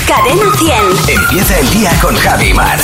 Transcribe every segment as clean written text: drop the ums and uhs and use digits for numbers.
Cadena 100. Empieza el día con Javi Mar.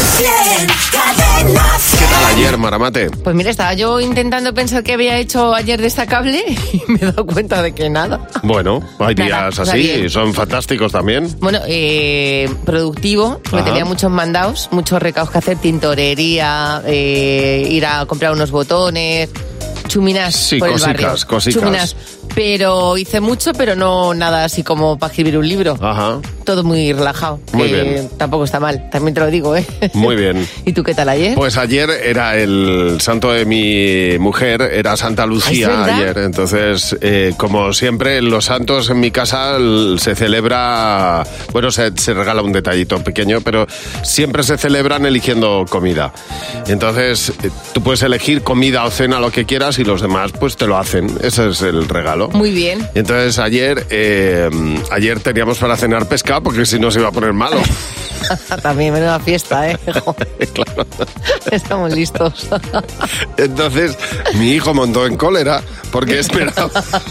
Cadena 100. ¿Qué tal ayer, Maramate? Pues mira, estaba yo intentando pensar qué había hecho ayer destacable y me he dado cuenta de que nada. Bueno, hay Nada, días está así, bien. son fantásticos también. Bueno, productivo, porque Ajá. tenía muchos mandados, muchos recados que hacer, tintorería, ir a comprar unos botones, chuminas Sí, por el cosicas, barrio. cosicas. Chuminas. Pero hice mucho, pero no nada así como para escribir un libro. Ajá, Todo muy relajado. Muy que bien. Tampoco está mal, también te lo digo, ¿eh? muy bien. ¿Y tú qué tal ayer? Pues ayer era el santo de mi mujer, era Santa Lucía ¿Es verdad? ayer. Entonces, como siempre, los santos en mi casa se celebra, bueno, se regala un detallito pequeño, pero siempre se celebran eligiendo comida. Entonces, tú puedes elegir comida o cena, lo que quieras, y los demás pues te lo hacen. Ese es el regalo. Muy bien. Y entonces ayer teníamos para cenar pescado, porque si no se iba a poner malo. También menuda fiesta, ¿eh? Claro. Estamos listos. Entonces, mi hijo montó en cólera porque esperaba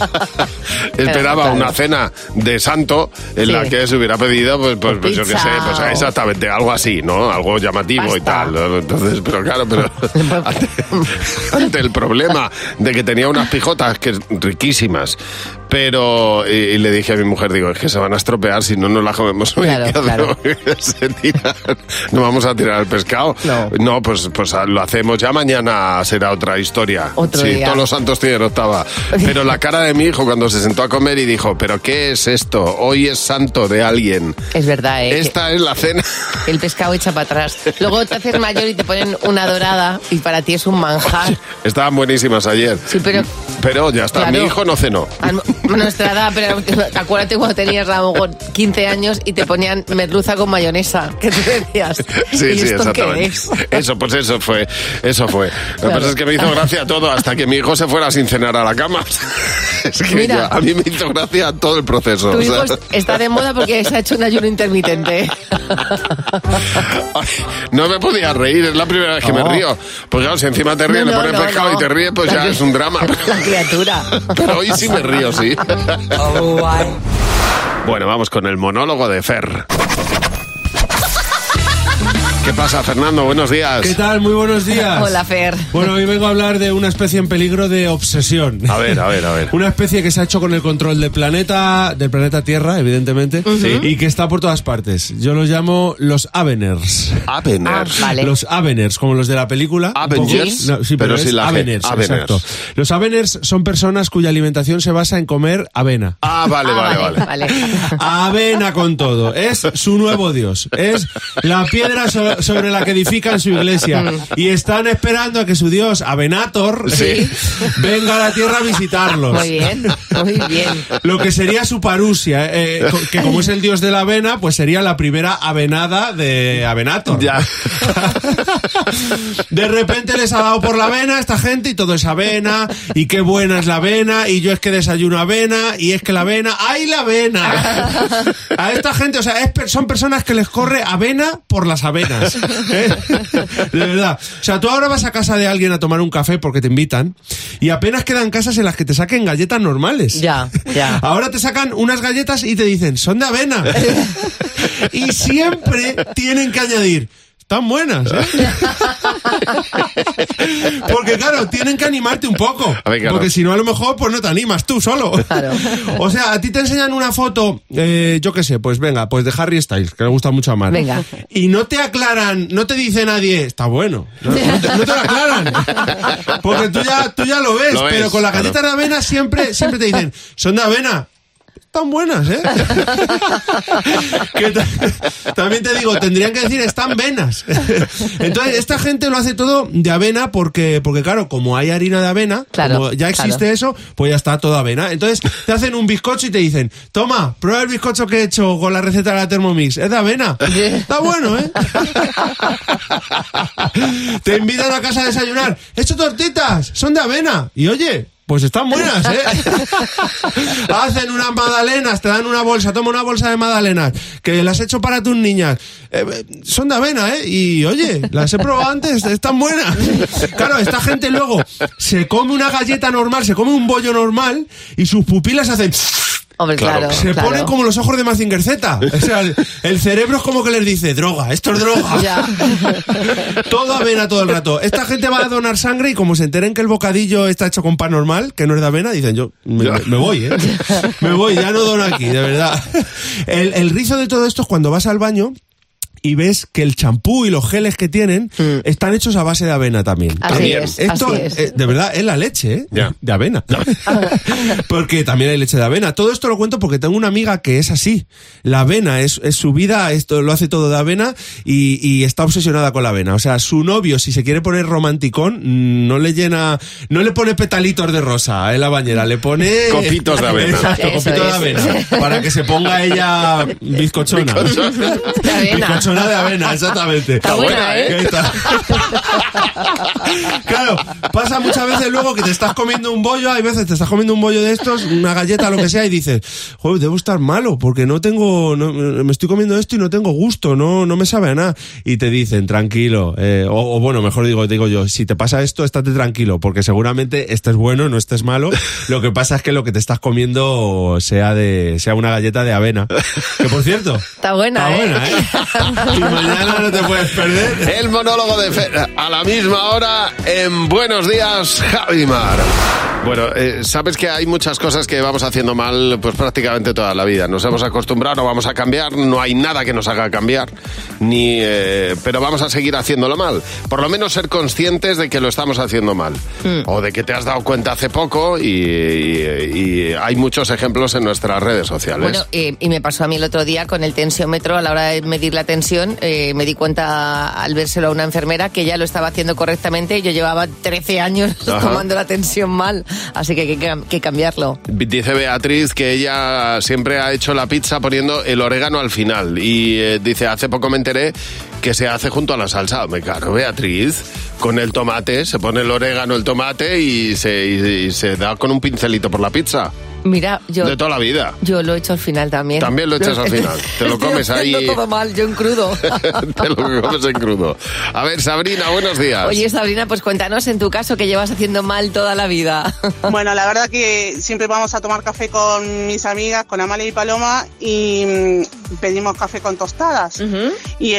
claro. una cena de santo en Sí. la que se hubiera pedido, pues yo qué Pizza sé, pues o- exactamente, algo así, ¿no? Algo llamativo Pasta. y tal. ¿No? Entonces, pero claro, ante el problema de que tenía unas pijotas que riquísimas, pero y le dije a mi mujer, digo, es que se van a estropear si no nos las comemos hoy. Claro, ¿Qué hacemos? claro. Se tiran. No vamos a tirar el pescado. No. Pues lo hacemos ya, mañana será otra historia. Otro sí, día. todos los santos tienen octava. Pero la cara de mi hijo cuando se sentó a comer y dijo, ¿pero qué es esto? Hoy es santo de alguien. Es verdad, ¿eh? Esta es la cena. Que el pescado echa para atrás. Luego te haces mayor y te ponen una dorada y para ti es un manjar. Estaban buenísimas ayer. Sí, pero ya está, claro. mi hijo no cenó. A nuestra edad, pero acuérdate cuando tenías a lo mejor 15 años y te ponían merluza con mayonesa. ¿Qué te decías? Sí, ¿Y sí, esto exactamente. qué es? Eso fue. Lo que Claro. pasa es que me hizo gracia todo hasta que mi hijo se fuera sin cenar a la cama. Es que Mira. a mí me hizo gracia todo el proceso. Tu o hijo sea. está de moda porque se ha hecho un ayuno intermitente. Ay, no me podía reír, es la primera vez que me río. Pues claro, si encima te ríes, No, le pones pescado no. y te ríes, pues ya es un drama. La criatura. Pero hoy sí me río, sí. Bueno, vamos con el monólogo de Fer. ¿Qué pasa, Fernando? Buenos días. ¿Qué tal? Muy buenos días. Hola, Fer. Bueno, hoy vengo a hablar de una especie en peligro de obsesión. A ver. Una especie que se ha hecho con el control del planeta Tierra, evidentemente, y que está por todas partes. Yo los llamo los Aveners. Aveners. Vale. Los Aveners, como los de la película. Avengers. No, sí, pero Pero es sin la G. Aveners, Aveners. exacto. Los Aveners son personas cuya alimentación se basa en comer avena. Vale. Vale. Avena con todo. Es su nuevo dios. Es la piedra sobre la que edifican su iglesia. Y están esperando a que su dios, Avenator, Sí. venga a la tierra a visitarlos. Muy bien. Lo que sería su parusia, que como es el dios de la avena, pues sería la primera avenada de Avenator. Ya. De repente les ha dado por la avena a esta gente y todo es avena, y qué buena es la avena, y yo es que desayuno avena, y es que la avena, ¡ay, la avena! A esta gente, o sea, son personas que les corre avena por las avenas. ¿Eh? De verdad. O sea, tú ahora vas a casa de alguien a tomar un café porque te invitan, y apenas quedan casas en las que te saquen galletas normales. Ya. Ahora te sacan unas galletas y te dicen, son de avena. Y siempre tienen que añadir, están buenas, ¿eh? Porque claro, tienen que animarte un poco. A ver, claro. Porque si no, a lo mejor, pues no te animas tú solo. Claro. O sea, a ti te enseñan una foto, yo qué sé, pues venga, pues de Harry Styles, que le gusta mucho a Mar. Venga. Y no te aclaran, no te dice nadie, está bueno. No te lo aclaran. Porque tú ya lo ves, Lo ves, pero con la claro. galleta de avena siempre te dicen, son de avena. Están buenas, ¿eh? También te digo, tendrían que decir, están venas. Entonces, esta gente lo hace todo de avena porque claro, como hay harina de avena, Claro, como ya existe eso, pues ya está toda avena. Entonces, te hacen un bizcocho y te dicen, toma, prueba el bizcocho que he hecho con la receta de la Thermomix. Es de avena. Está bueno, ¿eh? Te invitan a casa a desayunar. He hecho tortitas, son de avena. Y oye, pues están buenas, ¿eh? Hacen unas magdalenas, te dan una bolsa, toma una bolsa de magdalenas, que las he hecho para tus niñas. Son de avena, ¿eh? Y oye, las he probado antes, están buenas. Claro, esta gente luego se come una galleta normal, se come un bollo normal y sus pupilas hacen... Hombre, claro. Se ponen como los ojos de Mazinger Z. O sea, el cerebro es como que les dice, droga, esto es droga. Ya. Todo avena todo el rato. Esta gente va a donar sangre y como se enteren que el bocadillo está hecho con pan normal, que no es de avena, dicen, yo me voy, ¿eh? Me voy, ya no dono aquí, de verdad. El rizo de todo esto es cuando vas al baño y ves que el champú y los geles que tienen están hechos a base de avena también. Así es, Esto, así es. de verdad, es la leche, ¿eh? Ya. De avena. Porque también hay leche de avena. Todo esto lo cuento porque tengo una amiga que es así. La avena es su vida, esto lo hace todo de avena y está obsesionada con la avena. O sea, su novio, si se quiere poner romanticón, no le pone petalitos de rosa en la bañera, le pone... Copitos de avena. Exacto, Eso copitos de es. avena. Para que se ponga ella bizcochona. De avena. Bizcochona de avena, exactamente. Está buena, ¿eh? ¿Qué tal? Claro, pasa muchas veces luego que te estás comiendo un bollo, hay veces te estás comiendo un bollo de estos, una galleta, lo que sea, y dices, joder, debo estar malo, porque me estoy comiendo esto y no tengo gusto, no me sabe a nada. Y te dicen, tranquilo, o bueno, mejor digo yo, si te pasa esto, estate tranquilo, porque seguramente estés bueno, no estés malo, lo que pasa es que lo que te estás comiendo sea una galleta de avena. Que por cierto, Está buena, y mañana no te puedes perder. El monólogo de Fer a la misma hora en Buenos Días, Javi Mar. Bueno, sabes que hay muchas cosas que vamos haciendo mal pues prácticamente toda la vida. Nos hemos acostumbrado, no vamos a cambiar, no hay nada que nos haga cambiar, pero vamos a seguir haciéndolo mal. Por lo menos ser conscientes de que lo estamos haciendo mal. O de que te has dado cuenta hace poco y hay muchos ejemplos en nuestras redes sociales. Bueno, y me pasó a mí el otro día con el tensiómetro a la hora de medir la tensión. Me di cuenta al vérselo a una enfermera que ya lo estaba haciendo correctamente. Yo llevaba 13 años tomando la tensión mal, así que hay que cambiarlo. Dice Beatriz que ella siempre ha hecho la pizza poniendo el orégano al final y dice, hace poco me enteré que se hace junto a la salsa. Me claro, Beatriz, con el tomate, se pone el orégano, el tomate y se da con un pincelito por la pizza. Mira, yo... De toda la vida. Yo lo he hecho al final también. También lo echas al final. Te lo comes Estoy ahí. haciendo todo mal, yo en crudo. Te lo comes en crudo. A ver, Sabrina, buenos días. Oye, Sabrina, pues cuéntanos en tu caso que llevas haciendo mal toda la vida. Bueno, la verdad que siempre vamos a tomar café con mis amigas, con Amalia y Paloma, y pedimos café con tostadas. Y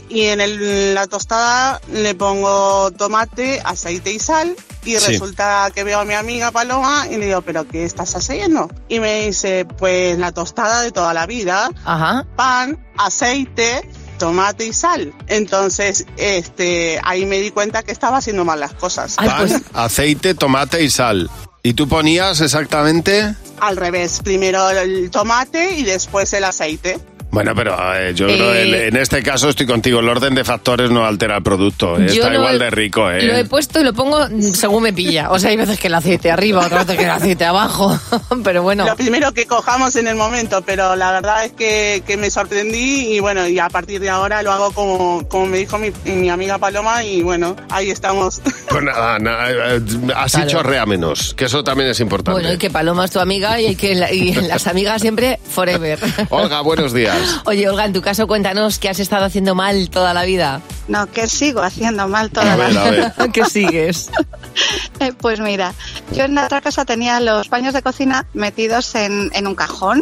en la tostada le pongo tomate, aceite y sal. Y resulta que veo a mi amiga Paloma y le digo, ¿pero qué estás haciendo? Y me dice, pues la tostada de toda la vida. Ajá. Pan, aceite, tomate y sal. Entonces, ahí me di cuenta que estaba haciendo mal las cosas. Ay, Pan, pues... aceite, tomate y sal. ¿Y tú ponías exactamente? Al revés, primero el tomate y después el aceite. Bueno, pero yo creo que en este caso estoy contigo. El orden de factores no altera el producto. Está igual de rico, ¿eh? Lo he puesto y lo pongo según me pilla. O sea, hay veces que el aceite arriba, otras veces que el aceite abajo. Pero bueno. Lo primero que cojamos en el momento, pero la verdad es que me sorprendí y bueno, y a partir de ahora lo hago como me dijo mi amiga Paloma y bueno, ahí estamos. Pues nada, así chorrea menos, que eso también es importante. Bueno, y que Paloma es tu amiga y las amigas siempre forever. Olga, buenos días. Oye, Olga, en tu caso cuéntanos qué has estado haciendo mal toda la vida. No, que sigo haciendo mal toda la A vida. ver. ¿Qué sigues? Pues mira, yo en la otra casa tenía los paños de cocina metidos en un cajón.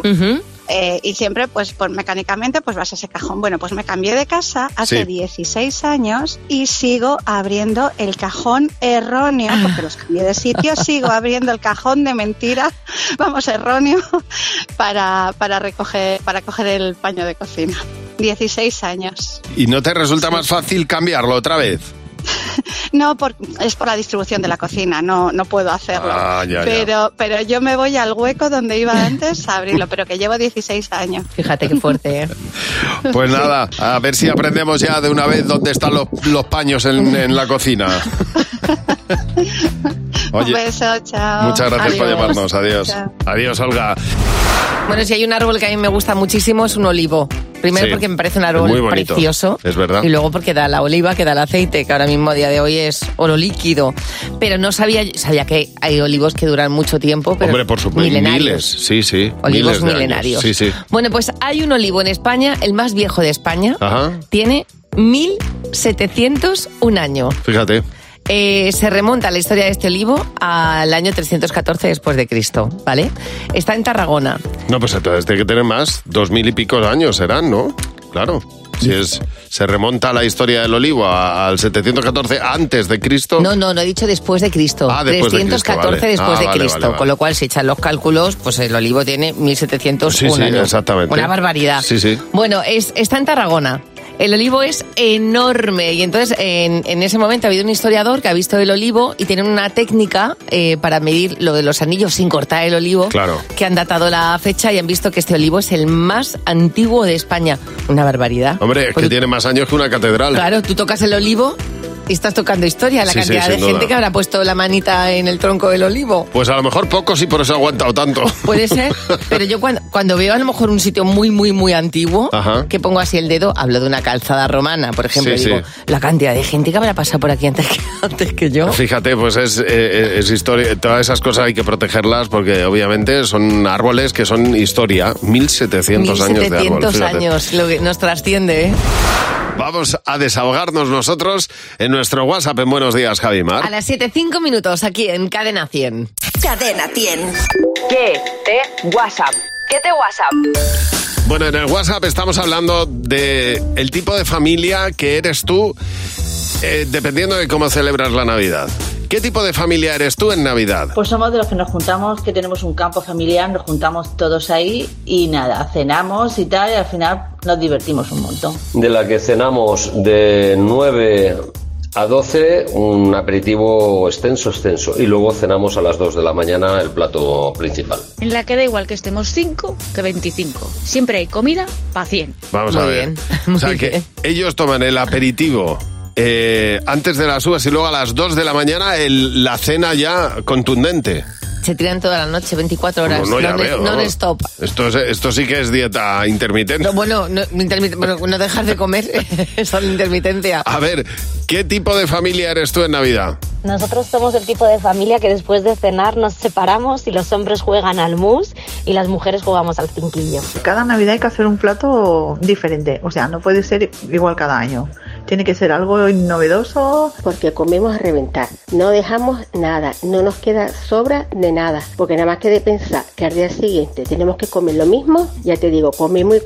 Y siempre, pues mecánicamente, pues vas a ese cajón. Bueno, pues me cambié de casa hace 16 años y sigo abriendo el cajón erróneo, porque los cambié de sitio, sigo abriendo el cajón de mentira, erróneo, para coger el paño de cocina. 16 años. ¿Y no te resulta más fácil cambiarlo otra vez? No, es por la distribución de la cocina, no puedo hacerlo. Pero yo me voy al hueco donde iba antes a abrirlo, pero que llevo 16 años. Fíjate qué fuerte, ¿eh? Pues nada, a ver si aprendemos ya de una vez dónde están los paños en la cocina. Oye, un beso, chao. Muchas gracias por Adiós. llamarnos, adiós. Chao. Adiós, Olga. Bueno, si hay un árbol que a mí me gusta muchísimo es un olivo. Primero Sí, porque me parece un muy árbol bonito, precioso. es verdad. Y luego porque da la oliva, que da el aceite, que ahora mismo a día de hoy es oro líquido. Pero no sabía que hay olivos que duran mucho tiempo, pero Hombre, por supuesto, milenarios. sí. Olivos miles de milenarios. años. Sí. Bueno, pues hay un olivo en España, el más viejo de España. Ajá. Tiene 1701 años. Fíjate. Se remonta la historia de este olivo al año 314 después de Cristo, ¿vale? Está en Tarragona. No, pues entonces tiene que tener más, 2000 y pico de años serán, ¿no? Claro. Si se remonta la historia del olivo al 714 antes de Cristo. No he dicho después de Cristo. Después 314 de Cristo, vale. después de Vale, Cristo. vale. Con lo cual, si echan los cálculos, pues el olivo tiene 1701 Sí, años. exactamente. Una barbaridad. Sí. Bueno, está en Tarragona. El olivo es enorme y entonces en ese momento ha habido un historiador que ha visto el olivo y tienen una técnica para medir lo de los anillos sin cortar el olivo, claro, que han datado la fecha y han visto que este olivo es el más antiguo de España. Una barbaridad. Hombre, es que tiene más años que una catedral. Claro, tú tocas el olivo y estás tocando historia, la cantidad de gente que habrá puesto la manita en el tronco del olivo. Pues a lo mejor pocos y por eso ha aguantado tanto. Puede ser, pero yo cuando veo a lo mejor un sitio muy, muy, muy antiguo, que pongo así el dedo, hablo de una calzada romana, por ejemplo, digo, la cantidad de gente que habrá pasado por aquí antes que yo. Fíjate, pues es historia, todas esas cosas hay que protegerlas porque obviamente son árboles que son historia, 1700 años de árbol. 1700 años, lo que nos trasciende, ¿eh? Vamos a desahogarnos nosotros en nuestro WhatsApp en Buenos Días, Javi Mar. A las 7:05 minutos, aquí en Cadena 100. Cadena 100. ¿Qué te WhatsApp? ¿Qué te WhatsApp? Bueno, en el WhatsApp estamos hablando de el tipo de familia que eres tú, dependiendo de cómo celebras la Navidad. ¿Qué tipo de familia eres tú en Navidad? Pues somos de los que nos juntamos, que tenemos un campo familiar, nos juntamos todos ahí y nada, cenamos y tal, y al final nos divertimos un montón. De la que cenamos de 9 a 12, un aperitivo extenso, y luego cenamos a las 2 de la mañana el plato principal. En la que da igual que estemos 5 que 25. Siempre hay comida para 100. Vamos a ver. O sea, que ellos toman el aperitivo antes de las uvas y luego a las 2 de la mañana la cena ya contundente. Se tiran toda la noche, 24 horas, non-stop. Esto sí que es dieta intermitente. No, bueno, no dejar de comer es la intermitencia. A ver, ¿qué tipo de familia eres tú en Navidad? Nosotros somos el tipo de familia que después de cenar nos separamos y los hombres juegan al mus y las mujeres jugamos al cinquillo. Cada Navidad hay que hacer un plato diferente, o sea, no puede ser igual cada año. Tiene que ser algo novedoso. Porque comemos a reventar, no dejamos nada, no nos queda sobra de nada, porque nada más que de pensar que al día siguiente tenemos que comer lo mismo, ya te digo, comemos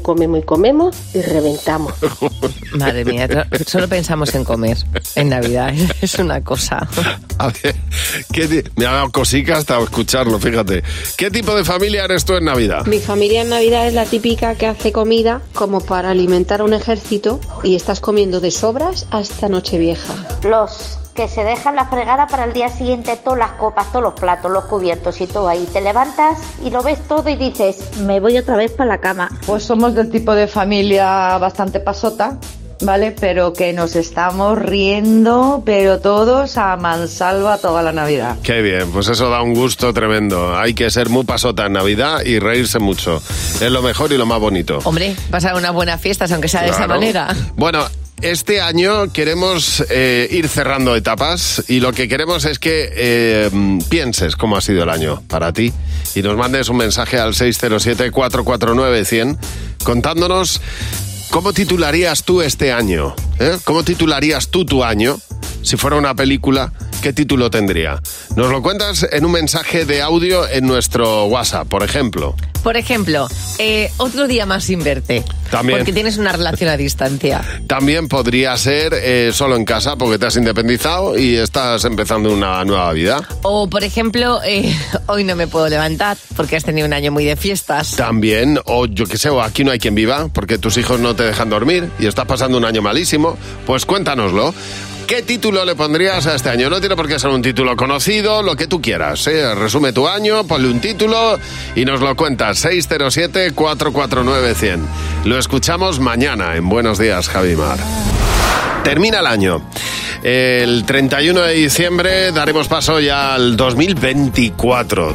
y reventamos. Madre mía, solo pensamos en comer en Navidad, es una cosa. A ver, me ha dado cosica hasta escucharlo, fíjate. ¿Qué tipo de familia eres tú en Navidad? Mi familia en Navidad es la típica que hace comida como para alimentar a un ejército y estás comiendo de sobras hasta Nochevieja. Los que se dejan la fregada para el día siguiente, todas las copas, todos los platos, los cubiertos y todo ahí. Te levantas y lo ves todo y dices, me voy otra vez para la cama. Pues somos del tipo de familia bastante pasota, ¿vale? Pero que nos estamos riendo, pero todos a mansalva toda la Navidad. Qué bien, pues eso da un gusto tremendo. Hay que ser muy pasota en Navidad y reírse mucho. Es lo mejor y lo más bonito. Hombre, pasar unas buenas fiestas, aunque sea de esa manera. Bueno, este año queremos ir cerrando etapas y lo que queremos es que pienses cómo ha sido el año para ti y nos mandes un mensaje al 607-449-100 contándonos cómo titularías tú este año. ¿Cómo titularías tú tu año? Si fuera una película, ¿qué título tendría? Nos lo cuentas en un mensaje de audio en nuestro WhatsApp, por ejemplo. Por ejemplo, otro día más sin verte. También. Porque tienes una relación a distancia. También podría ser solo en casa porque te has independizado y estás empezando una nueva vida. O, por ejemplo, hoy no me puedo levantar porque has tenido un año muy de fiestas. También, o yo qué sé, o aquí no hay quien viva porque tus hijos no te dejan dormir y estás pasando un año malísimo. Pues cuéntanoslo. ¿Qué título le pondrías a este año? No tiene por qué ser un título conocido, lo que tú quieras. Resume tu año, ponle un título y nos lo cuentas. 607-449-100. Lo escuchamos mañana en Buenos Días, Javi Mar. Termina el año. El 31 de diciembre daremos paso ya al 2024.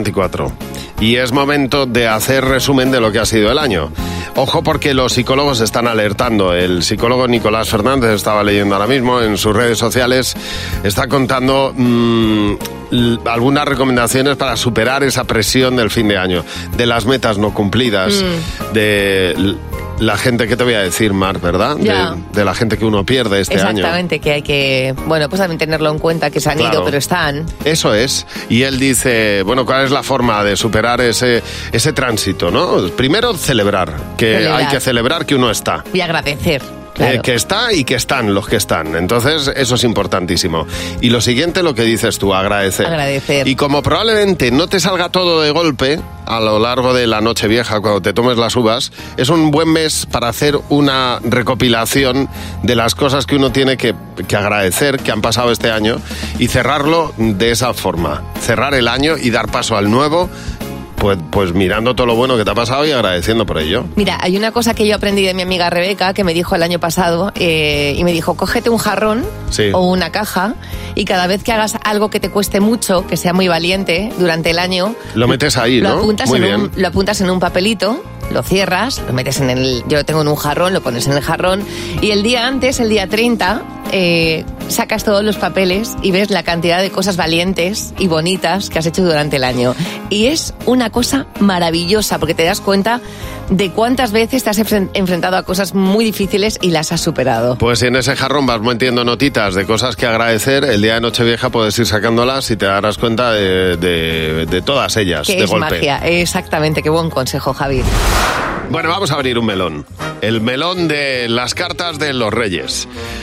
Y es momento de hacer resumen de lo que ha sido el año. Ojo porque los psicólogos están alertando. El psicólogo Nicolás Fernández, estaba leyendo ahora mismo en sus redes sociales, está contando algunas recomendaciones para superar esa presión del fin de año, de las metas no cumplidas, de la gente que te voy a decir, Mar, ¿verdad? Ya. De la gente que uno pierde este año. Exactamente, que hay que, bueno, pues también tenerlo en cuenta, que se han ido, pero están. Eso es. Y él dice, bueno, ¿cuál es la forma de superar ese tránsito, no? Primero, celebrar, hay que celebrar que uno está. Y agradecer. Claro. Que está y que están los que están. Entonces, eso es importantísimo. Y lo siguiente, lo que dices tú, agradecer. Agradecer. Y como probablemente no te salga todo de golpe a lo largo de la Nochevieja, cuando te tomes las uvas, es un buen mes para hacer una recopilación de las cosas que uno tiene que agradecer, que han pasado este año, y cerrarlo de esa forma. Cerrar el año y dar paso al nuevo, pues mirando todo lo bueno que te ha pasado y agradeciendo por ello. Mira, hay una cosa que yo aprendí de mi amiga Rebeca, que me dijo el año pasado, y me dijo, cógete un jarrón o una caja, y cada vez que hagas algo que te cueste mucho, que sea muy valiente durante el año, lo metes ahí, ¿no? Lo apuntas en un papelito, lo cierras, lo metes yo lo tengo en un jarrón, lo pones en el jarrón, y el día antes, el día 30, sacas todos los papeles y ves la cantidad de cosas valientes y bonitas que has hecho durante el año. Y es una cosa maravillosa, porque te das cuenta de cuántas veces te has enfrentado a cosas muy difíciles y las has superado. Pues en ese jarrón vas metiendo notitas de cosas que agradecer. El día de Nochevieja puedes ir sacándolas y te darás cuenta de todas ellas, que de es golpe. Magia, exactamente, qué buen consejo, Javi. Bueno, vamos a abrir un melón. El melón de las cartas de los Reyes.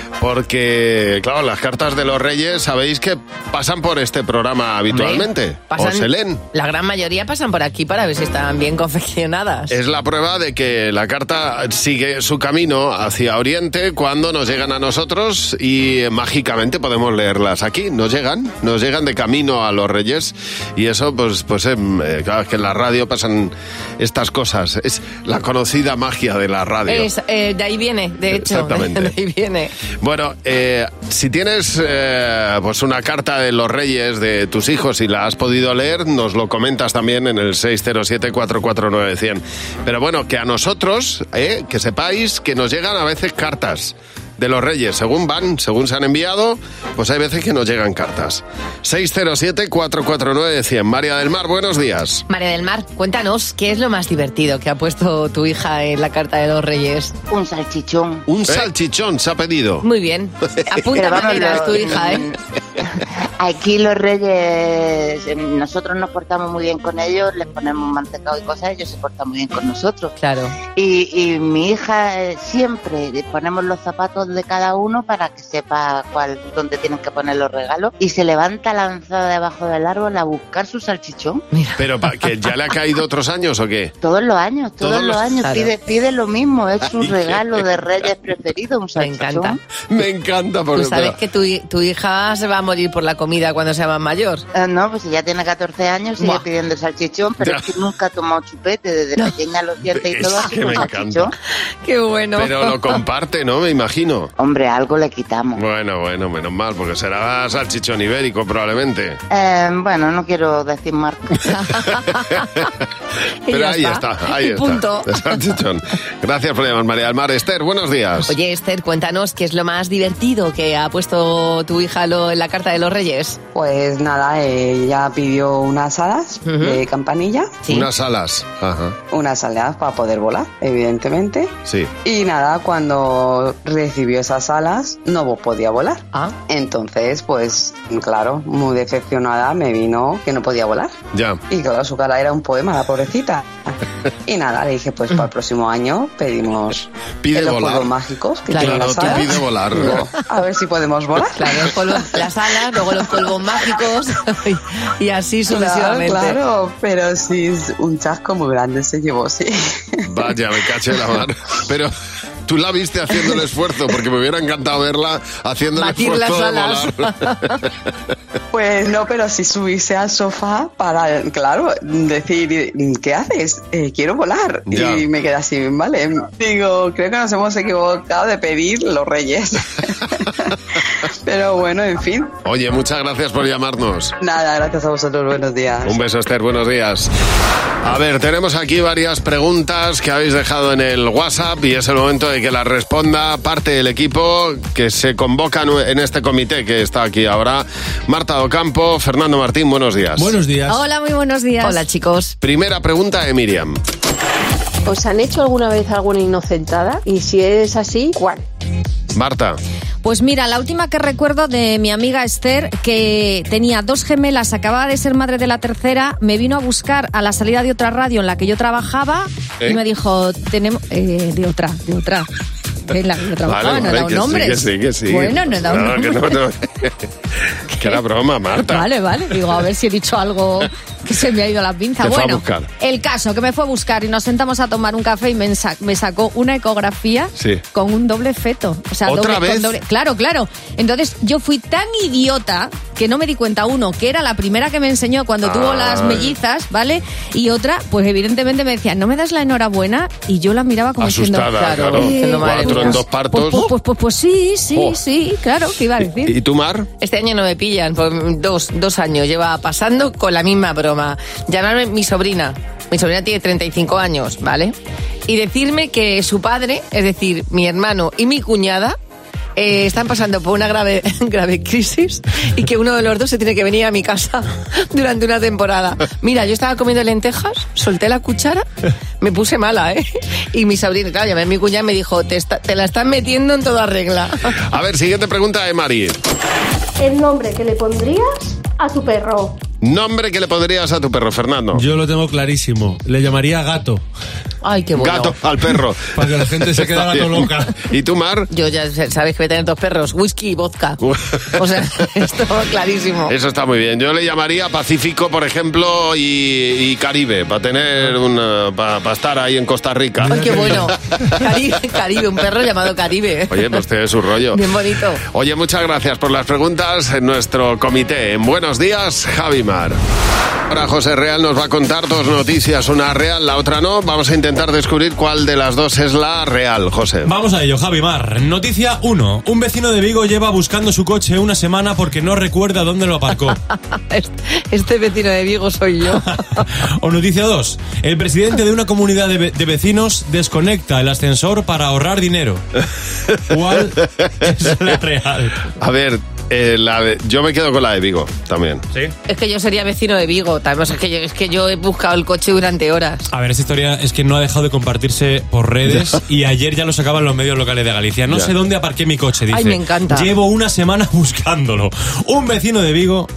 Porque, claro, las cartas de los Reyes, sabéis que pasan por este programa habitualmente. Hombre, o se leen. La gran mayoría pasan por aquí para ver si están bien confeccionadas. Es la prueba de que la carta sigue su camino hacia Oriente cuando nos llegan a nosotros y mágicamente podemos leerlas aquí. Nos llegan de camino a los Reyes, y eso, pues claro, es que en la radio pasan estas cosas. Es la conocida magia de la radio. De ahí viene, de hecho. Exactamente. De ahí viene. Bueno, si tienes pues una carta de los Reyes de tus hijos y la has podido leer, nos lo comentas también en el 607-449-100. Pero bueno, que a nosotros, que sepáis que nos llegan a veces cartas de los Reyes, según se han enviado, pues hay veces que nos llegan cartas. 607-449-100. María del Mar, buenos días. María del Mar, cuéntanos, ¿qué es lo más divertido que ha puesto tu hija en la carta de los Reyes? Un salchichón. Un salchichón se ha pedido. Muy bien. Apunta maneras tu hija, ¿eh? Aquí los Reyes, nosotros nos portamos muy bien con ellos, les ponemos mantecado y cosas, ellos se portan muy bien con nosotros. Claro. Y mi hija siempre le ponemos los zapatos de cada uno para que sepa dónde tienen que poner los regalos, y se levanta lanzada debajo del árbol a buscar su salchichón. Mira. Pero ¿que ya le ha caído otros años o qué? Todos los años, Claro. pide lo mismo, es su regalo de Reyes preferido, un salchichón. Me encanta. Porque, ¿Tú sabes que tu hija se va a morir por la comida cuando sea más mayor? No, pues ya tiene 14 años, sigue pidiendo salchichón, pero es que nunca ha tomado chupete, desde pequeña los dientes y todo así, que me salchichón. encanta. Qué bueno. Pero lo comparte, ¿no? Me imagino. Hombre, algo le quitamos. Bueno, menos mal, porque será salchichón ibérico probablemente. Bueno, no quiero decir marca. Pero ahí está. Punto. De salchichón. Gracias por llamar, María del Mar. Esther, buenos días. Oye, Esther, cuéntanos qué es lo más divertido que ha puesto tu hija en la carta de los Reyes. Pues nada, ella pidió unas alas de campanilla. ¿Sí? Unas alas. Ajá. Unas alas para poder volar, evidentemente. Sí. Y nada, cuando recibió esas alas, no podía volar. Ah. Entonces, pues, claro, muy decepcionada me vino que no podía volar. Ya. Y claro, su cara era un poema, la pobrecita. Y nada, le dije, pues para el próximo año pedimos los polvos mágicos que tienen las alas. Pide volar. A ver si podemos volar. Claro, las alas, luego los polvos mágicos y así sucesivamente. Claro, pero sí, un chasco muy grande se llevó, sí. Vaya, me caché la mar. Pero tú la viste haciendo el esfuerzo, porque me hubiera encantado verla haciendo batir el esfuerzo las de volar. Pues no, pero sí subirse al sofá para, claro, decir, ¿qué haces? Quiero volar. Ya. Y me quedé así, vale. Digo, creo que nos hemos equivocado de pedir los Reyes. Pero bueno, en fin. Oye, muchas gracias por llamarnos. Nada, gracias a vosotros, buenos días. Un beso, Esther, buenos días. A ver, tenemos aquí varias preguntas que habéis dejado en el WhatsApp y es el momento de que las responda parte del equipo que se convoca en este comité que está aquí ahora. Marta Docampo, Fernando Martín, buenos días. Buenos días. Hola, muy buenos días. Hola, chicos. Primera pregunta de Miriam. ¿Os han hecho alguna vez alguna inocentada? Y si es así, ¿cuál? Marta. Pues mira, la última que recuerdo de mi amiga Esther, que tenía 2 gemelas, acababa de ser madre de la tercera, me vino a buscar a la salida de otra radio en la que yo trabajaba y me dijo, tenemos... de otra. En la que yo trabajaba, vale, no he dado nombres. Que sí. Bueno, no he dado nombres. Que era broma, Marta. Vale. Digo, a ver si he dicho algo que se me ha ido la pinza. Te bueno, fue a buscar. El caso, que me fue a buscar y nos sentamos a tomar un café y me sacó una ecografía con un doble feto. O sea, ¿otra vez? Claro. Entonces yo fui tan idiota que no me di cuenta, uno, que era la primera que me enseñó cuando tuvo las mellizas, ¿vale? Y otra, pues evidentemente me decía, ¿no me das la enhorabuena? Y yo la miraba como asustada, diciendo, claro. 4 en 2 partos. Pues sí, claro, ¿qué iba a decir? ¿Y tú, Mar? Este año no me pillan, pues 2 años lleva pasando con la misma broma. Llamarme mi sobrina tiene 35 años, ¿vale? Y decirme que su padre, es decir, mi hermano y mi cuñada, están pasando por una grave crisis y que uno de los dos se tiene que venir a mi casa durante una temporada. Mira, yo estaba comiendo lentejas, solté la cuchara, me puse mala, y mi sobrina, claro, llamé a mi cuñada y me dijo, te la están metiendo en toda regla. A ver, siguiente pregunta de Mari. El nombre que le pondrías a tu perro. Nombre que le pondrías a tu perro, Fernando. Yo lo tengo clarísimo. Le llamaría Gato. Ay, qué bueno. Gato al perro. Para que la gente se quede gato loca. ¿Y tú, Mar? Yo ya sabes que voy a tener 2 perros, whisky y vodka. O sea, esto clarísimo. Eso está muy bien. Yo le llamaría Pacífico, por ejemplo, y Caribe, para tener para estar ahí en Costa Rica. Ay, qué bueno. Caribe, un perro llamado Caribe. Oye, pues tiene su rollo. Bien bonito. Oye, muchas gracias por las preguntas en nuestro comité. En Buenos Días, Javi Mar. Ahora José Real nos va a contar 2 noticias, una real, la otra no. Vamos a intentar descubrir cuál de las 2 es la real, José. Vamos a ello, Javi Mar. Noticia 1. Un vecino de Vigo lleva buscando su coche una semana porque no recuerda dónde lo aparcó. Este vecino de Vigo soy yo. O noticia 2. El presidente de una comunidad de vecinos desconecta el ascensor para ahorrar dinero. ¿Cuál es la real? A ver... yo me quedo con la de Vigo también. ¿Sí? Es que yo sería vecino de Vigo. Es que yo he buscado el coche durante horas. A ver, esta historia es que no ha dejado de compartirse por redes y ayer ya lo sacaban los medios locales de Galicia. No sé dónde aparqué mi coche, dice. Ay, me encanta. Llevo una semana buscándolo. Un vecino de Vigo...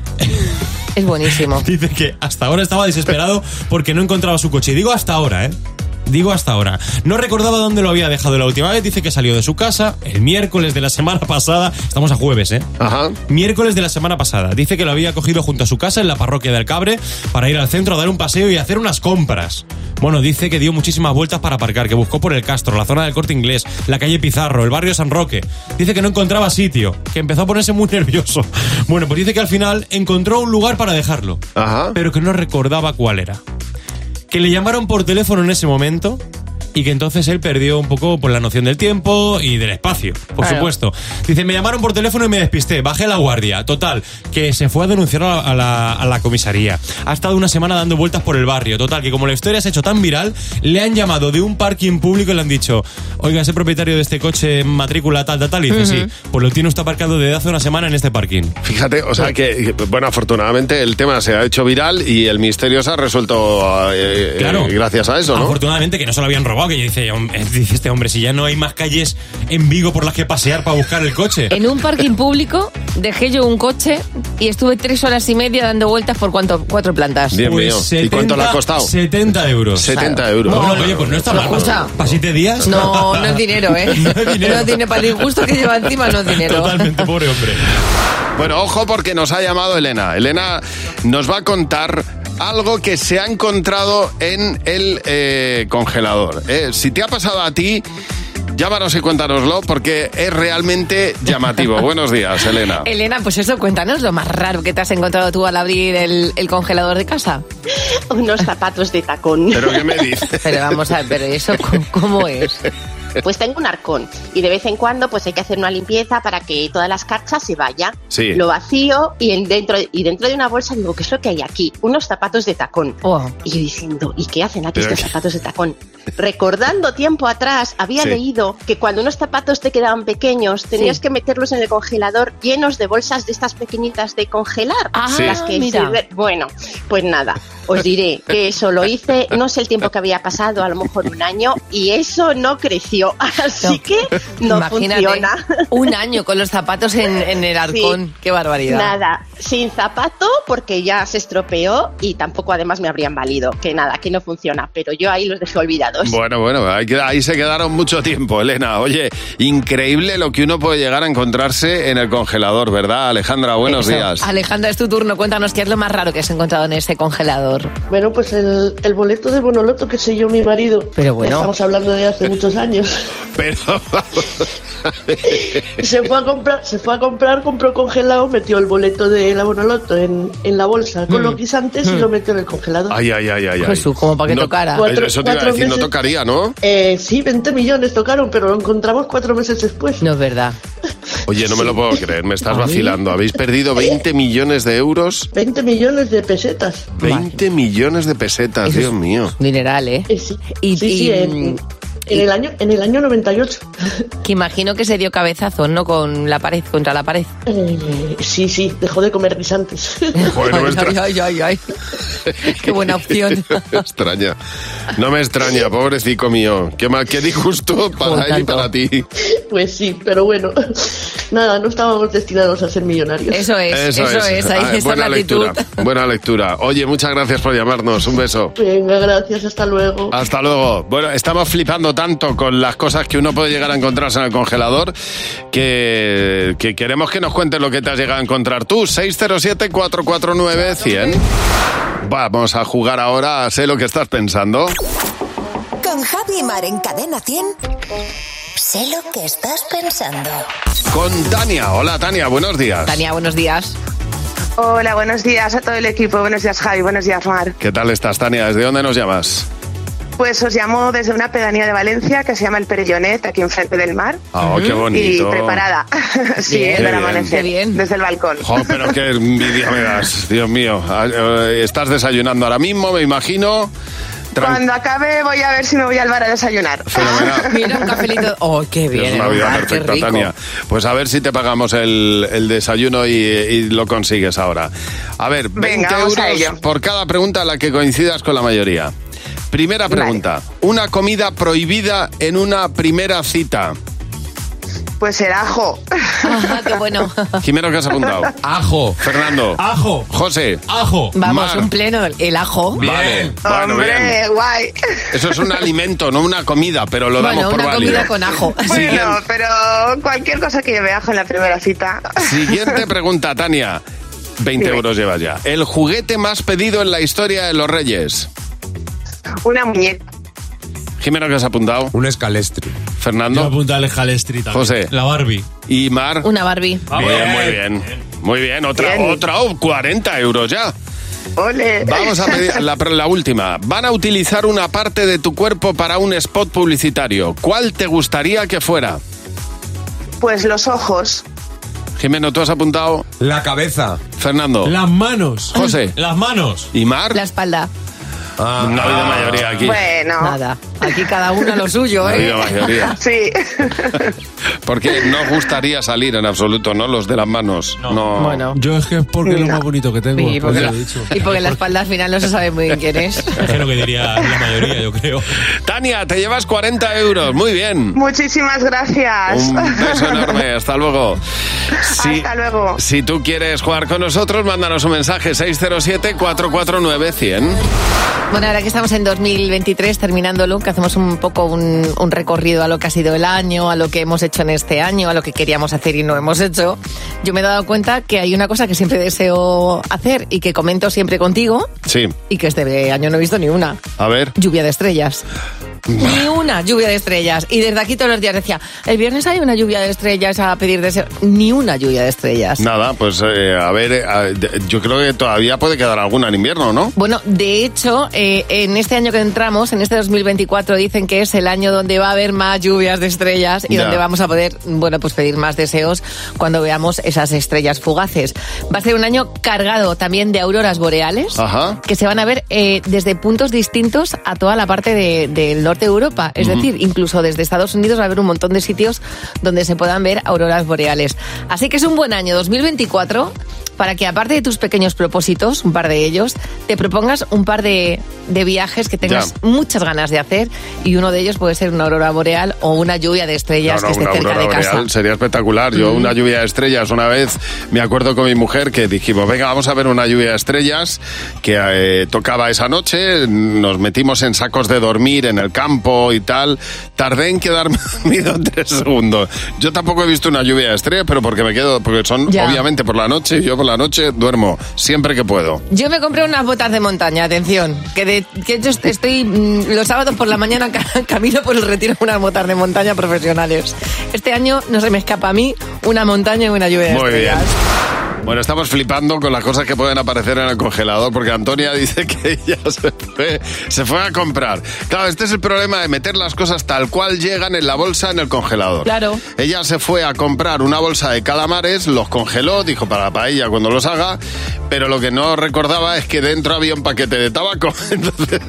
Es buenísimo. Dice que hasta ahora estaba desesperado porque no encontraba su coche. Y digo hasta ahora, Digo hasta ahora. No recordaba dónde lo había dejado la última vez. Dice que salió de su casa el miércoles de la semana pasada. Estamos a jueves, Ajá. Miércoles de la semana pasada. Dice que lo había cogido junto a su casa en la parroquia de Alcabre para ir al centro a dar un paseo y hacer unas compras. Bueno, dice que dio muchísimas vueltas para aparcar, que buscó por el Castro, la zona del Corte Inglés, la calle Pizarro, el barrio San Roque. Dice que no encontraba sitio, que empezó a ponerse muy nervioso. Bueno, pues dice que al final encontró un lugar para dejarlo. Ajá. Pero que no recordaba cuál era. Que le llamaron por teléfono en ese momento y que entonces él perdió un poco por la noción del tiempo y del espacio, por supuesto. Dice, me llamaron por teléfono y me despisté, bajé la guardia. Total, que se fue a denunciar a la comisaría. Ha estado una semana dando vueltas por el barrio. Total, que como la historia se ha hecho tan viral, le han llamado de un parking público y le han dicho, oiga, ese propietario de este coche matrícula tal, y dice, sí, pues lo tiene usted aparcado desde hace una semana en este parking. Fíjate, o sea que, bueno, afortunadamente el tema se ha hecho viral y el misterio se ha resuelto gracias a eso, ¿no? Afortunadamente, que no se lo habían robado, que dice este hombre, si ya no hay más calles en Vigo por las que pasear para buscar el coche. En un parking público dejé yo un coche y estuve 3 horas y media dando vueltas por 4 plantas. Dios mío. ¿Y cuánto le ha costado? 70 euros. 70 euros. Bueno, oye, pues no está mal. ¿Para 7 días? No es dinero, No es dinero. No es dinero. Para el injusto que lleva encima no es dinero. Totalmente, pobre hombre. Bueno, ojo porque nos ha llamado Elena. Elena nos va a contar algo que se ha encontrado en el congelador. Si te ha pasado a ti, llámanos y cuéntanoslo porque es realmente llamativo. Buenos días, Elena. Elena, pues eso, cuéntanos lo más raro que te has encontrado tú al abrir el congelador de casa. Unos zapatos de tacón. ¿Pero qué me dices? Pero vamos a ver, pero eso, ¿cómo es? Pues tengo un arcón y de vez en cuando pues hay que hacer una limpieza para que todas las carchas se vayan. Sí. Lo vacío y dentro de una bolsa digo, ¿qué es lo que hay aquí? Unos zapatos de tacón. Oh. Y yo diciendo, ¿y qué hacen aquí estos zapatos de tacón? recordando tiempo atrás, había leído que cuando unos zapatos te quedaban pequeños, tenías que meterlos en el congelador llenos de bolsas de estas pequeñitas de congelar. Las que bueno, pues nada, os diré que eso lo hice, no sé el tiempo que había pasado, a lo mejor un año, y eso no creció, así que no funciona. Un año con los zapatos en el arcón, qué barbaridad. Nada, sin zapato porque ya se estropeó y tampoco además me habrían valido, que nada, que no funciona, pero yo ahí los dejé olvidados. Bueno, ahí se quedaron mucho tiempo, Elena. Oye, increíble lo que uno puede llegar a encontrarse en el congelador, ¿verdad, Alejandra? Buenos días. Alejandra, es tu turno, cuéntanos qué es lo más raro que has encontrado en ese congelador. Bueno, pues el boleto de Bonoloto que selló mi marido. Pero bueno. Estamos hablando de hace muchos años. Pero se fue a comprar, compró congelado, metió el boleto de la Bonoloto en la bolsa con los guisantes y lo metió en el congelador. Ay. Jesús, como para que tocara. Eso te iba a decir, no tocaría, ¿no? Sí, 20 millones tocaron, pero lo encontramos 4 meses después. No es verdad. Oye, no me lo puedo creer, me estás vacilando. ¿Habéis perdido 20 millones de euros? 20 millones de pesetas. 20 millones de pesetas, Dios mío. Dineral, ¿eh? Sí, en el año 98. Que imagino que se dio cabezazo, ¿no? Contra la pared. Sí, dejó de comer guisantes. Ay. Qué buena opción. No me extraña, pobrecito mío. Qué disgusto para él y para ti. Pues sí, pero bueno. Nada, no estábamos destinados a ser millonarios. Eso es. Ahí está la actitud. Buena lectura. Oye, muchas gracias por llamarnos. Un beso. Venga, gracias. Hasta luego. Hasta luego. Bueno, estamos flipando tanto con las cosas que uno puede llegar a encontrarse en el congelador que queremos que nos cuentes lo que te has llegado a encontrar tú. 607-449-100. Vamos a jugar ahora a Sé lo que estás pensando. Con Javi y Mar en Cadena 100. Sé lo que estás pensando. Con Tania. Hola, Tania, buenos días. Tania, buenos días. Hola, buenos días a todo el equipo. Buenos días, Javi. Buenos días, Mar. ¿Qué tal estás, Tania? ¿Desde dónde nos llamas? Pues os llamo desde una pedanía de Valencia que se llama El Perellonet, aquí enfrente del mar. Qué bonito. Y preparada. Sí, del amanecer. Desde el balcón. Pero qué envidia me das, Dios mío. Estás desayunando ahora mismo, me imagino. Cuando acabe voy a ver si me voy al bar a desayunar. Fenomenal. Mira, un cafelito. Oh, qué bien. Es una vida perfecta, Tania. Pues a ver si te pagamos el desayuno y lo consigues ahora. A ver, 20 euros por cada pregunta a la que coincidas con la mayoría. Primera pregunta. Vale. Una comida prohibida en una primera cita. Pues el ajo. Qué bueno. Jimeno, ¿qué has apuntado? Ajo. Fernando. Ajo. José. Ajo. Vamos, Mar. Un pleno. El ajo. Vale. Bueno, hombre, bien. Guay. Eso es un alimento, no una comida, pero lo damos por válido. Una comida con ajo. Bueno, pero cualquier cosa que lleve ajo en la primera cita. Siguiente pregunta, Tania. 20 euros llevas ya. El juguete más pedido en la historia de los Reyes. Una muñeca. Jimeno, ¿qué has apuntado? Un escalestri. Fernando. Yo apunto al escalestri también. José. La Barbie. Y Mar. Una Barbie. Bien. Muy bien. Otra. 40 euros ya. Ole. Vamos a pedir la última. Van a utilizar una parte de tu cuerpo para un spot publicitario. ¿Cuál te gustaría que fuera? Pues los ojos. Jimeno, ¿tú has apuntado? La cabeza. Fernando. Las manos. José. Las manos. ¿Y Mar? La espalda. No ha habido mayoría aquí. Bueno. Nada. Aquí cada uno lo suyo, ¿eh? No ha habido mayoría. Sí. Porque no gustaría salir en absoluto, ¿no? Los de las manos. No. Bueno. Yo es que es porque es lo más bonito que tengo. Sí, porque y porque la espalda al final no se sabe muy bien quién es. Es lo que diría la mayoría, yo creo. Tania, te llevas 40 euros. Muy bien. Muchísimas gracias. Un beso enorme. Hasta luego. Hasta luego. Si tú quieres jugar con nosotros, mándanos un mensaje 607-449-100. Bueno, ahora que estamos en 2023, terminándolo, que hacemos un poco un recorrido a lo que ha sido el año, a lo que hemos hecho en este año, a lo que queríamos hacer y no hemos hecho, yo me he dado cuenta que hay una cosa que siempre deseo hacer y que comento siempre contigo. Sí. Y que este año no he visto ni una. A ver. Lluvia de estrellas. Ni una lluvia de estrellas. Y desde aquí todos los días decía, el viernes hay una lluvia de estrellas a pedir deseo. Ni una lluvia de estrellas. Nada, pues a ver, yo creo que todavía puede quedar alguna en invierno, ¿no? Bueno, de hecho, en este año que entramos, en este 2024, dicen que es el año donde va a haber más lluvias de estrellas y donde vamos a poder, bueno, pues pedir más deseos cuando veamos esas estrellas fugaces. Va a ser un año cargado también de auroras boreales. Ajá. Que se van a ver desde puntos distintos a toda la parte del norte de Europa. Es decir, incluso desde Estados Unidos va a haber un montón de sitios donde se puedan ver auroras boreales. Así que es un buen año 2024 para que, aparte de tus pequeños propósitos, un par de ellos, te propongas un par de viajes que tengas muchas ganas de hacer, y uno de ellos puede ser una aurora boreal o una lluvia de estrellas que esté cerca de casa. Boreal sería espectacular. Yo una lluvia de estrellas, una vez me acuerdo con mi mujer que dijimos, venga, vamos a ver una lluvia de estrellas que tocaba esa noche, nos metimos en sacos de dormir en el campo y tal. Tardé en quedarme dormido 3 segundos. Yo tampoco he visto una lluvia de estrellas, pero porque son obviamente por la noche, y yo por la noche duermo siempre que puedo. Yo me compré unas botas de montaña, atención, que yo estoy los sábados por la mañana camino por el Retiro con unas botas de montaña profesionales. Este año no se me escapa a mí una montaña y una lluvia de estrellas. Muy bien. Bueno, estamos flipando con las cosas que pueden aparecer en el congelador, porque Antonia dice que ella se fue a comprar. Claro, este es el problema de meter las cosas tal cual llegan en la bolsa en el congelador. Claro. Ella se fue a comprar una bolsa de calamares, los congeló, dijo para la paella cuando los haga, pero lo que no recordaba es que dentro había un paquete de tabaco. Entonces,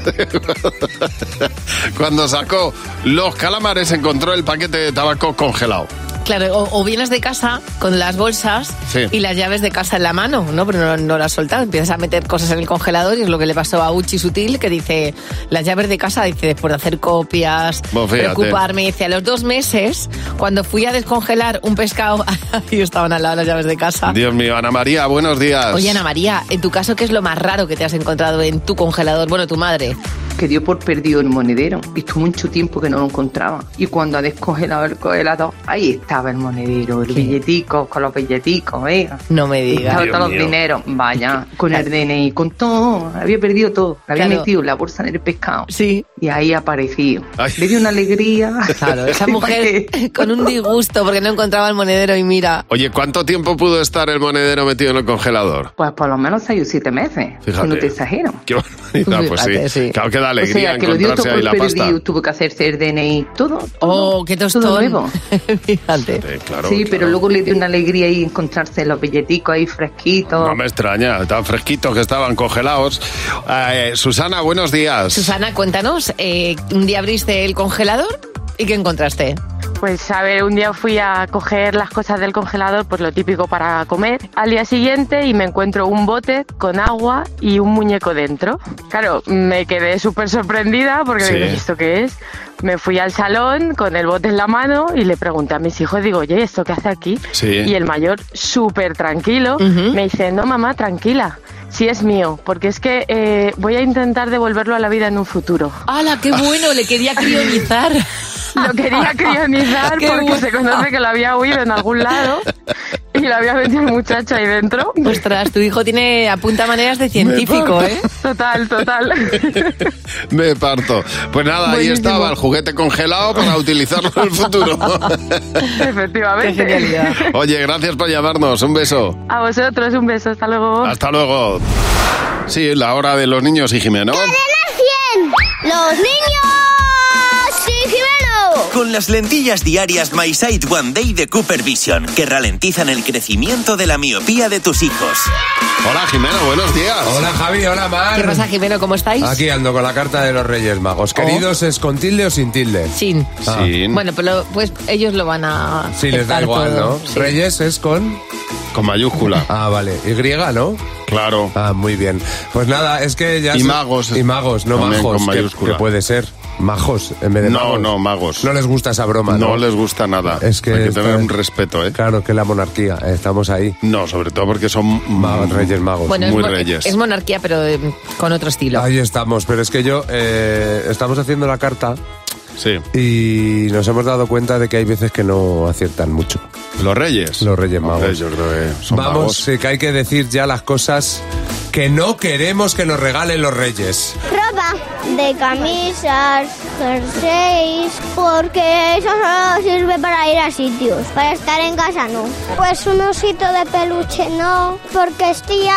cuando sacó los calamares, encontró el paquete de tabaco congelado. Claro, o vienes de casa con las bolsas y las llaves de casa en la mano, ¿no? Pero no las has soltado. Empiezas a meter cosas en el congelador, y es lo que le pasó a Uchi Sutil, que dice, las llaves de casa, dice, después de hacer copias, preocuparme, dice, a los 2 meses, cuando fui a descongelar un pescado, y estaban al lado las llaves de casa. Dios mío, Ana María, buenos días. Oye, Ana María, en tu caso, ¿qué es lo más raro que te has encontrado en tu congelador? Bueno, tu madre. Que dio por perdido el monedero, y estuvo mucho tiempo que no lo encontraba, y cuando ha descongelado el congelador, ahí estaba el monedero, el billetico, con los billeticos, no me digas. Todos los dineros, vaya, con el DNI, con todo, había perdido todo, lo había metido en la bolsa del pescado, y ahí apareció. Le dio una alegría. Claro, esa mujer con un disgusto porque no encontraba el monedero, y mira. Oye, ¿cuánto tiempo pudo estar el monedero metido en el congelador? Pues por lo menos 6 o 7 meses, fíjate. No te exagero. Qué barbaridad, pues sí. Claro que da alegría, o sea, que encontrarse ahí la pasta. Tuvo que hacerse el DNI, todo. Oh, qué tostón. Todo nuevo. Fíjate. Claro, sí, pero luego le dio una alegría ahí encontrarse los billeticos ahí fresquitos. No me extraña, tan fresquitos que estaban congelados. Susana, buenos días. Susana, cuéntanos, ¿un día abriste el congelador y qué encontraste? Pues a ver, un día fui a coger las cosas del congelador, pues lo típico para comer, al día siguiente, y me encuentro un bote con agua y un muñeco dentro. Claro, me quedé súper sorprendida porque digo, ¿esto qué es? Me fui al salón con el bote en la mano y le pregunté a mis hijos, digo, oye, ¿esto qué hace aquí? Y el mayor, súper tranquilo, me dice, no mamá, tranquila. Sí, es mío, porque es que voy a intentar devolverlo a la vida en un futuro. ¡Hala, qué bueno! Le quería crionizar. Lo quería crionizar porque se conoce que lo había huido en algún lado y lo había metido el muchacho ahí dentro. Ostras, tu hijo apunta maneras de científico, ¿eh? Total. Me parto. Pues nada, ahí estaba el juguete congelado para utilizarlo en el futuro. Efectivamente. Qué genialidad. Oye, gracias por llamarnos. Un beso. A vosotros, un beso. Hasta luego. Hasta luego. Sí, la hora de los niños y Jimeno. ¡Cadena 100! ¡Los niños y Jimeno! Con las lentillas diarias My Sight One Day de Cooper Vision, que ralentizan el crecimiento de la miopía de tus hijos. Hola, Jimeno, buenos días. Hola, Javi, hola, Mar. ¿Qué pasa, Jimeno? ¿Cómo estáis? Aquí ando con la carta de los Reyes Magos. Queridos, ¿es con tilde o sin tilde? Sin. Sin. Bueno, pero pues ellos lo van a sí, les da igual, todo. ¿no? Sí. Reyes es con mayúscula. Ah, vale. Y, ¿no? Claro. Ah, muy bien. Pues nada, es que ya... Y magos. Y magos, no majos, con mayúscula. Que puede ser. Majos en vez de magos. No, magos. No les gusta esa broma, ¿no? No les gusta nada. Es que hay que tener un respeto, ¿eh? Claro, que la monarquía, estamos ahí. No, sobre todo porque son Reyes Magos. Bueno, muy reyes. Es monarquía, pero con otro estilo. Ahí estamos, pero es que estamos haciendo la carta. Sí. Y nos hemos dado cuenta de que hay veces que no aciertan mucho. ¿Los Reyes? Los Reyes Magos. Yo creo que son magos. Vamos, que hay que decir ya las cosas que no queremos que nos regalen los Reyes. Ropa de camisas, jerseys, porque eso solo sirve para ir a sitios, para estar en casa no. Pues un osito de peluche no, porque estoy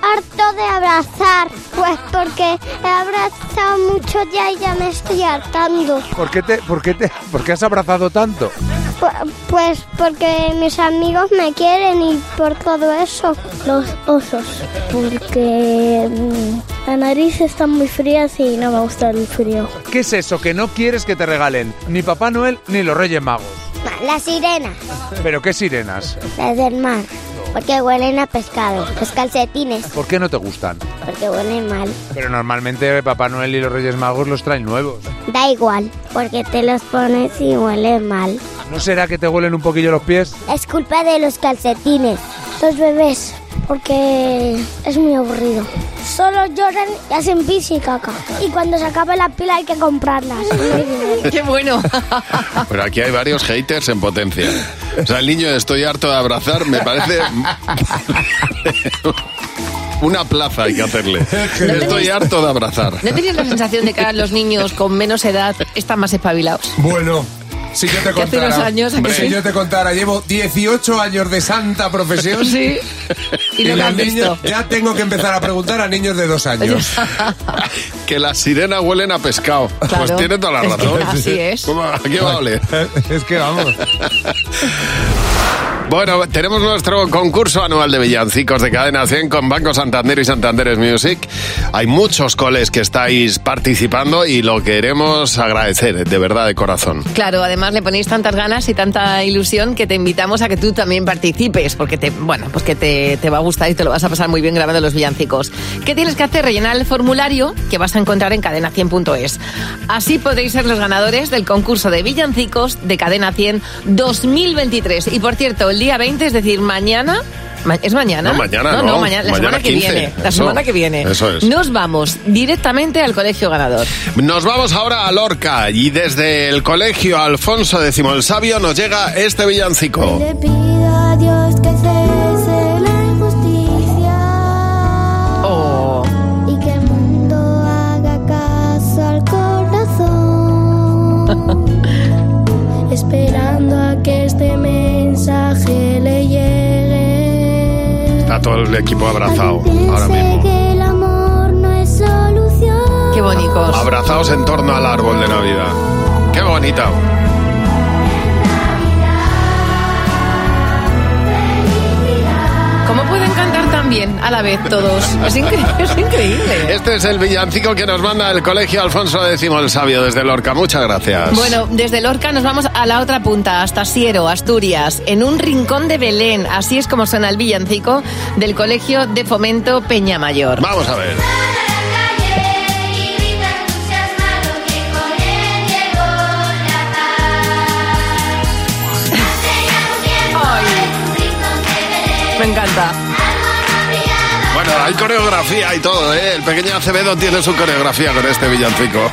harto de abrazar. Pues porque he abrazado mucho ya y ya me estoy hartando. ¿Por qué has abrazado tanto? Pues porque mis amigos me quieren y por todo eso. Los osos, porque la nariz está muy fría y no me gusta el frío. ¿Qué es eso que no quieres que te regalen ni Papá Noel ni los Reyes Magos? Las sirenas. ¿Pero qué sirenas? Las del mar. Porque huelen a pescado. Los calcetines. ¿Por qué no te gustan? Porque huelen mal. Pero normalmente Papá Noel y los Reyes Magos los traen nuevos. Da igual, porque te los pones y huelen mal. ¿No será que te huelen un poquillo los pies? Es culpa de los calcetines. Los bebés, porque es muy aburrido. Solo lloran y hacen pis y caca. Y cuando se acabe la pila hay que comprarlas. ¡Qué bueno! Pero aquí hay varios haters en potencia. O sea, el niño estoy harto de abrazar, me parece... Una plaza hay que hacerle. Estoy harto de abrazar. ¿No tenías la sensación de que ahora los niños con menos edad están más espabilados? Bueno... Si yo te contara, hace unos años, si yo te contara, llevo 18 años de santa profesión. Sí. Y los niños, ya tengo que empezar a preguntar a niños de 2 años. Que las sirenas huelen a pescado. Claro. Pues tiene toda la razón. Así es. ¿A qué va a oler? Es que vamos. Bueno, tenemos nuestro concurso anual de villancicos de Cadena 100 con Banco Santander y Santander Music. Hay muchos coles que estáis participando y lo queremos agradecer, de verdad, de corazón. Claro, además le ponéis tantas ganas y tanta ilusión que te invitamos a que tú también participes, porque te va a gustar y te lo vas a pasar muy bien grabando los villancicos. ¿Qué tienes que hacer? Rellenar el formulario que vas a encontrar en cadena100.es. Así podréis ser los ganadores del concurso de villancicos de Cadena 100 2023. Y por cierto, el día 20, es decir, mañana... ¿Es mañana? No, mañana no. Mañana, la semana 15. Que viene. La semana que viene. Eso es. Nos vamos directamente al colegio ganador. Nos vamos ahora a Lorca y desde el colegio Alfonso X el Sabio nos llega este villancico. Le pido a Dios que cese la injusticia. Oh. Y que el mundo haga caso al corazón. Esperando a que este mensaje le llegue. Está todo el equipo abrazado ahora mismo. Que el amor no es solución. Qué bonitos. Abrazados en torno al árbol de Navidad. Qué bonito. ¿Cómo pueden cantar tan bien a la vez todos? Es increíble. Este es el villancico que nos manda el colegio Alfonso X el Sabio desde Lorca. Muchas gracias. Bueno, desde Lorca nos vamos a la otra punta, hasta Siero, Asturias, en un rincón de Belén. Así es como suena el villancico del colegio de fomento Peñamayor. Vamos a ver. Me encanta. Bueno, hay coreografía y todo, ¿eh? El pequeño Acevedo tiene su coreografía con este villancico.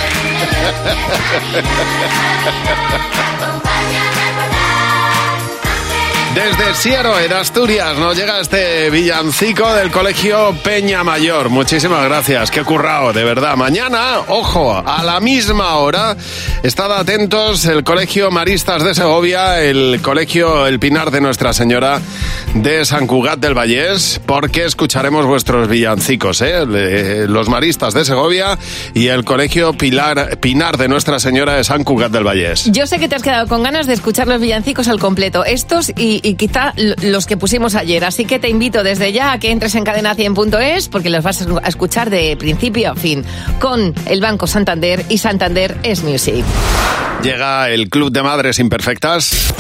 Desde Siero, en Asturias, nos llega este villancico del colegio Peñamayor. Muchísimas gracias, qué currao, de verdad. Mañana, ojo, a la misma hora, estad atentos, el colegio Maristas de Segovia, el colegio El Pinar de Nuestra Señora de Sant Cugat del Vallès, porque escucharemos vuestros villancicos, los Maristas de Segovia y el colegio Pinar de Nuestra Señora de Sant Cugat del Vallès. Yo sé que te has quedado con ganas de escuchar los villancicos al completo, estos y quizá los que pusimos ayer, así que te invito desde ya a que entres en cadena100.es porque los vas a escuchar de principio a fin con el Banco Santander y Santander es Music. Llega el Club de Madres Imperfectas.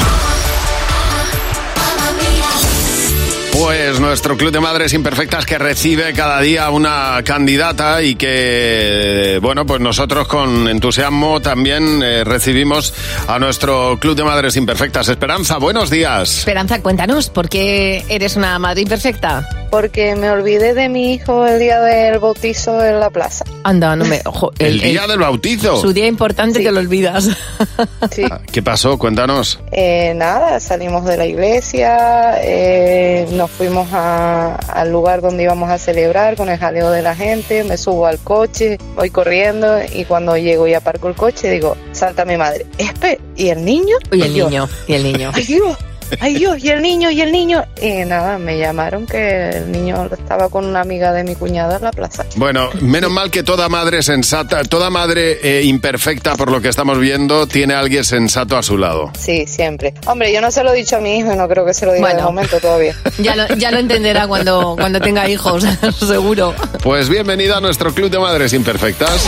Pues nuestro Club de Madres Imperfectas que recibe cada día una candidata y que, bueno, pues nosotros con entusiasmo también recibimos a nuestro Club de Madres Imperfectas. Esperanza, buenos días. Esperanza, cuéntanos, ¿por qué eres una madre imperfecta? Porque me olvidé de mi hijo el día del bautizo en la plaza. Anda, no me... Ojo, el día del bautizo. Su día importante, sí. Que lo olvidas. Sí. ¿Qué pasó? Cuéntanos. Nada, salimos de la iglesia, nos fuimos al lugar donde íbamos a celebrar con el jaleo de la gente, me subo al coche, voy corriendo y cuando llego y aparco el coche digo, salta mi madre, ¿y el niño? Y el niño. Ay, Dios. ay Dios, y el niño. Y nada, me llamaron que el niño estaba con una amiga de mi cuñada en la plaza. Bueno, menos mal que toda madre sensata, toda madre imperfecta, por lo que estamos viendo, tiene a alguien sensato a su lado. Sí, siempre. Hombre, yo no se lo he dicho a mi hijo y no creo que se lo diga de momento todavía. Ya lo entenderá cuando tenga hijos, seguro. Pues bienvenida a nuestro club de madres imperfectas.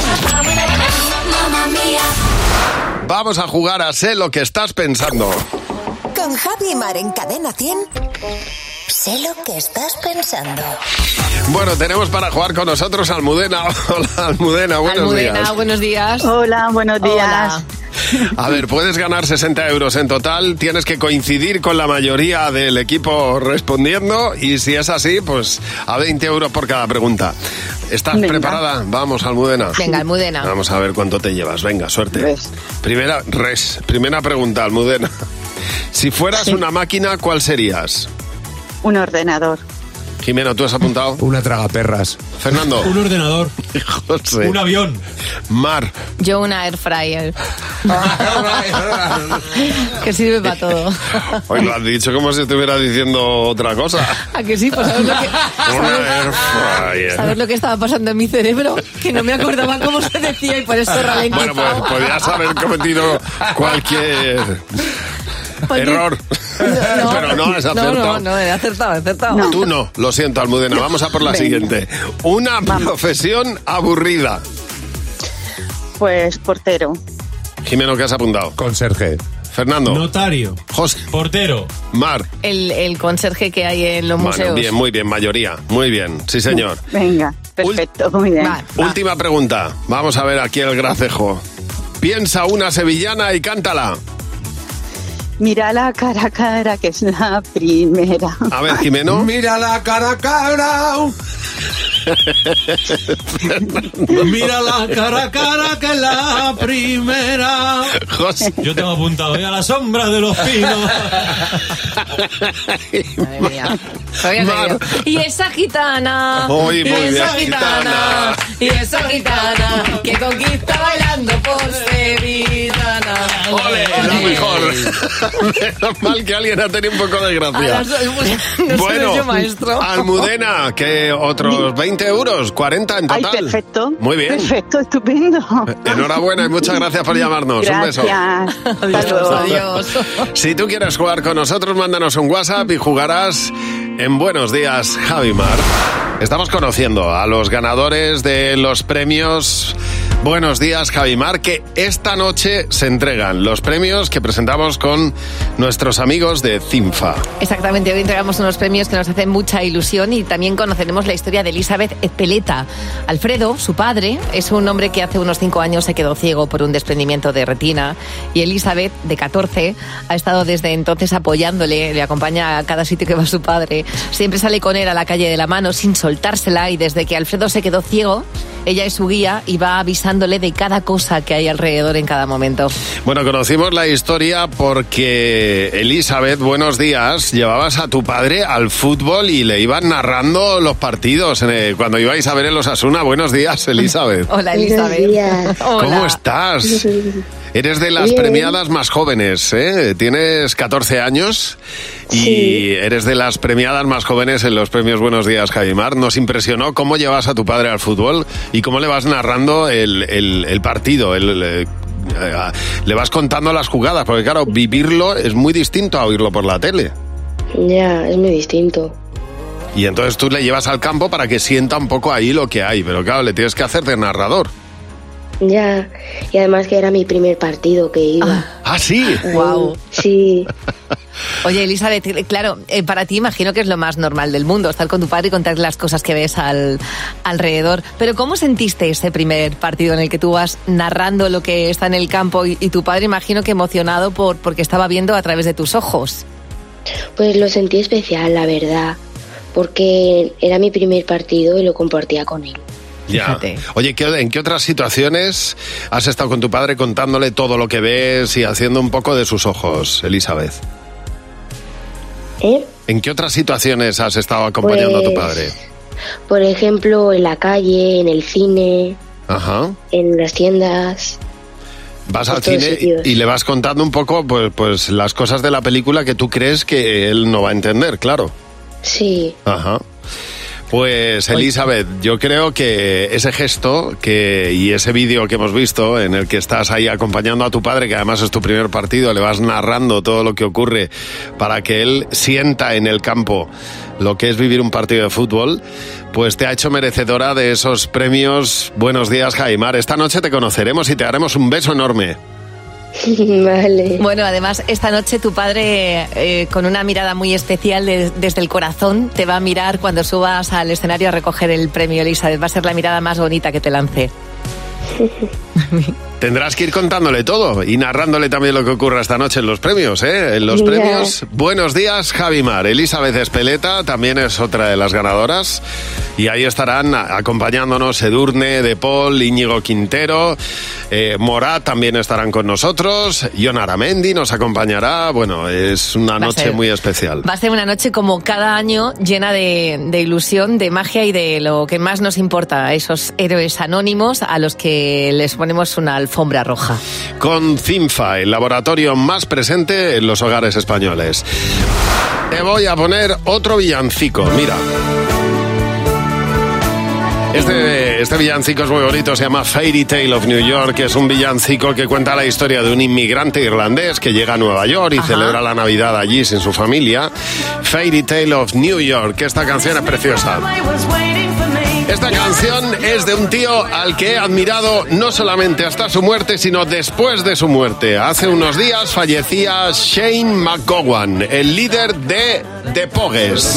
Vamos a jugar a Sé lo que estás pensando. Con Javi y Mar en Cadena 100. Sé lo que estás pensando. Bueno, tenemos para jugar con nosotros a Almudena. Hola, Almudena, buenos días. Buenos días. Hola, buenos días. Hola. A ver, puedes ganar 60 euros en total, tienes que coincidir con la mayoría del equipo respondiendo y si es así, pues a 20 euros por cada pregunta. ¿Estás preparada? Vamos, Almudena. Venga, Almudena. Vamos a ver cuánto te llevas. Venga, suerte. Primera pregunta, Almudena. Si fueras una máquina, ¿cuál serías? Un ordenador. Jimeno, ¿tú has apuntado? Una tragaperras. Fernando. Un ordenador. José. Un avión. Mar. Yo una air fryer. Que sirve para todo. Hoy lo has dicho como si estuviera diciendo otra cosa. ¿A que sí? Pues ¿sabes lo que estaba pasando en mi cerebro? Que no me acordaba cómo se decía y por eso ralentizaba. Bueno, pues podías haber cometido cualquier error. No, pero no has acertado. No, he acertado. No. Tú no, lo siento, Almudena. Vamos a por la siguiente. Una profesión aburrida. Pues portero. Jimeno, ¿qué has apuntado? Conserje. Fernando. Notario. José. Portero. Mar. El conserje que hay en los museos. Bien, muy bien, mayoría. Muy bien, sí señor. Venga, perfecto, muy bien. Última pregunta. Vamos a ver aquí el gracejo. Piensa una sevillana y cántala. Mírala cara a cara, que es la primera. A ver, Jimeno. Mírala cara a cara. Mírala cara a cara, que es la primera. José. Yo tengo apuntado a la sombra de los pinos. Madre mía. Y esa gitana. Muy bien, gitana. Y esa gitana que conquista bailando por sevillana. ¡Ole! La mejor. Menos mal que alguien ha tenido un poco de gracia. Bueno, yo, maestro. Almudena, que otros 20 euros, 40 en total. Ay, perfecto. Muy bien. Perfecto, estupendo. Enhorabuena y muchas gracias por llamarnos. Gracias. Un beso. Adiós. Si tú quieres jugar con nosotros, mándanos un WhatsApp y jugarás en Buenos Días, Javi Mar. Estamos conociendo a los ganadores de los premios Buenos Días, Javi Mar, que esta noche se entregan los premios que presentamos con nuestros amigos de CINFA. Exactamente, hoy entregamos unos premios que nos hacen mucha ilusión y también conoceremos la historia de Elizabeth Ezpeleta. Alfredo, su padre, es un hombre que hace unos 5 años se quedó ciego por un desprendimiento de retina y Elizabeth, de 14, ha estado desde entonces apoyándole, le acompaña a cada sitio que va su padre. Siempre sale con él a la calle de la mano sin soltársela y desde que Alfredo se quedó ciego, ella es su guía y va avisándole de cada cosa que hay alrededor en cada momento. Bueno, conocimos la historia porque Elizabeth, buenos días, llevabas a tu padre al fútbol y le iban narrando los partidos cuando ibais a ver el Osasuna. Buenos días, Elizabeth. Hola, Elizabeth. Buenos días. ¿Cómo estás? Eres de las premiadas más jóvenes, ¿eh? Tienes 14 años y eres de las premiadas más jóvenes en los premios Buenos Días, Javi Mar. Nos impresionó cómo llevas a tu padre al fútbol y cómo le vas narrando el partido, le vas contando las jugadas, porque claro, vivirlo es muy distinto a oírlo por la tele. Ya, es muy distinto. Y entonces tú le llevas al campo para que sienta un poco ahí lo que hay, pero claro, le tienes que hacer de narrador. Ya, y además que era mi primer partido que iba. ¿Ah, sí? Wow. Sí. Oye, Elizabeth, claro, para ti imagino que es lo más normal del mundo, estar con tu padre y contarle las cosas que ves alrededor. Pero ¿cómo sentiste ese primer partido en el que tú vas narrando lo que está en el campo y tu padre imagino que emocionado porque estaba viendo a través de tus ojos? Pues lo sentí especial, la verdad, porque era mi primer partido y lo compartía con él. Ya. Fíjate. Oye, ¿en qué otras situaciones has estado con tu padre contándole todo lo que ves y haciendo un poco de sus ojos, Elizabeth? ¿En qué otras situaciones has estado acompañando a tu padre? Por ejemplo, en la calle, en el cine, Ajá. en las tiendas. Vas al cine y le vas contando un poco pues las cosas de la película que tú crees que él no va a entender, claro. Sí. Ajá. Pues Elizabeth, yo creo que ese gesto y ese vídeo que hemos visto en el que estás ahí acompañando a tu padre, que además es tu primer partido, le vas narrando todo lo que ocurre para que él sienta en el campo lo que es vivir un partido de fútbol, pues te ha hecho merecedora de esos premios Buenos Días, Javimar. Esta noche te conoceremos y te haremos un beso enorme. Vale. Bueno, además, esta noche tu padre, con una mirada muy especial desde el corazón, te va a mirar cuando subas al escenario a recoger el premio, Elizabeth. Va a ser la mirada más bonita que te lance. Tendrás que ir contándole todo y narrándole también lo que ocurra esta noche en los premios, ¿eh? En los premios Buenos Días, Javimar. Elizabeth Espeleta también es otra de las ganadoras. Y ahí estarán acompañándonos Edurne, De Paul, Íñigo Quintero, Morat también estarán con nosotros, Jon Aramendi nos acompañará. Bueno, es una noche muy especial. Va a ser una noche como cada año llena de ilusión, de magia y de lo que más nos importa, esos héroes anónimos a los que les ponemos una alfombra roja. Con CINFA, el laboratorio más presente en los hogares españoles. Te voy a poner otro villancico, mira. Este villancico es muy bonito, se llama Fairy Tale of New York, que es un villancico que cuenta la historia de un inmigrante irlandés que llega a Nueva York y celebra la Navidad allí sin su familia. Fairy Tale of New York, esta canción es preciosa. Esta canción es de un tío al que he admirado no solamente hasta su muerte, sino después de su muerte. Hace unos días fallecía Shane McGowan, el líder de The Pogues.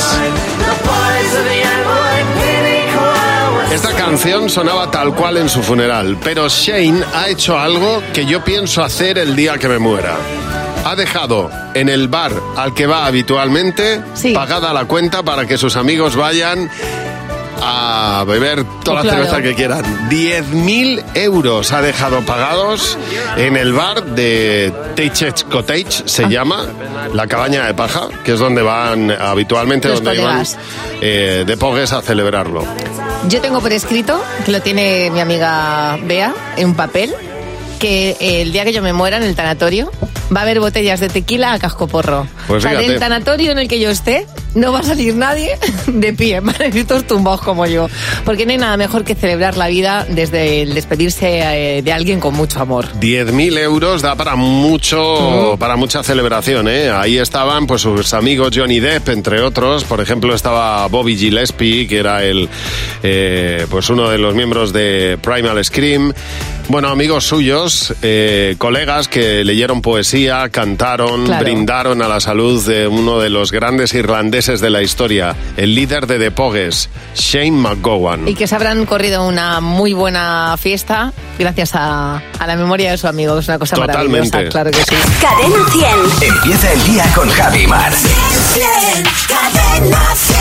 Esta canción sonaba tal cual en su funeral, pero Shane ha hecho algo que yo pienso hacer el día que me muera. Ha dejado en el bar al que va habitualmente pagada la cuenta para que sus amigos vayan a beber toda la cerveza que quieran. 10.000 euros ha dejado pagados en el bar de Tache's Cottage, se llama, la cabaña de paja, que es donde van habitualmente, los donde colegas iban de Pogues a celebrarlo. Yo tengo por escrito, que lo tiene mi amiga Bea, en un papel, que el día que yo me muera en el tanatorio va a haber botellas de tequila a cascoporro. Pues o sea, del tanatorio en el que yo esté, no va a salir nadie de pie, van a ir todos tumbados como yo. Porque no hay nada mejor que celebrar la vida desde el despedirse de alguien con mucho amor. 10.000 euros da para mucho, para mucha celebración, ¿eh? Ahí estaban pues sus amigos Johnny Depp, entre otros. Por ejemplo, estaba Bobby Gillespie, que era pues uno de los miembros de Primal Scream. Bueno, amigos suyos, colegas que leyeron poesía, cantaron, brindaron a la salud de uno de los grandes irlandeses de la historia, el líder de The Pogues, Shane McGowan. Y que se habrán corrido una muy buena fiesta gracias a la memoria de su amigo, es una cosa maravillosa, claro que sí. Cadena 100. Empieza el día con Javimar. Cadena 100.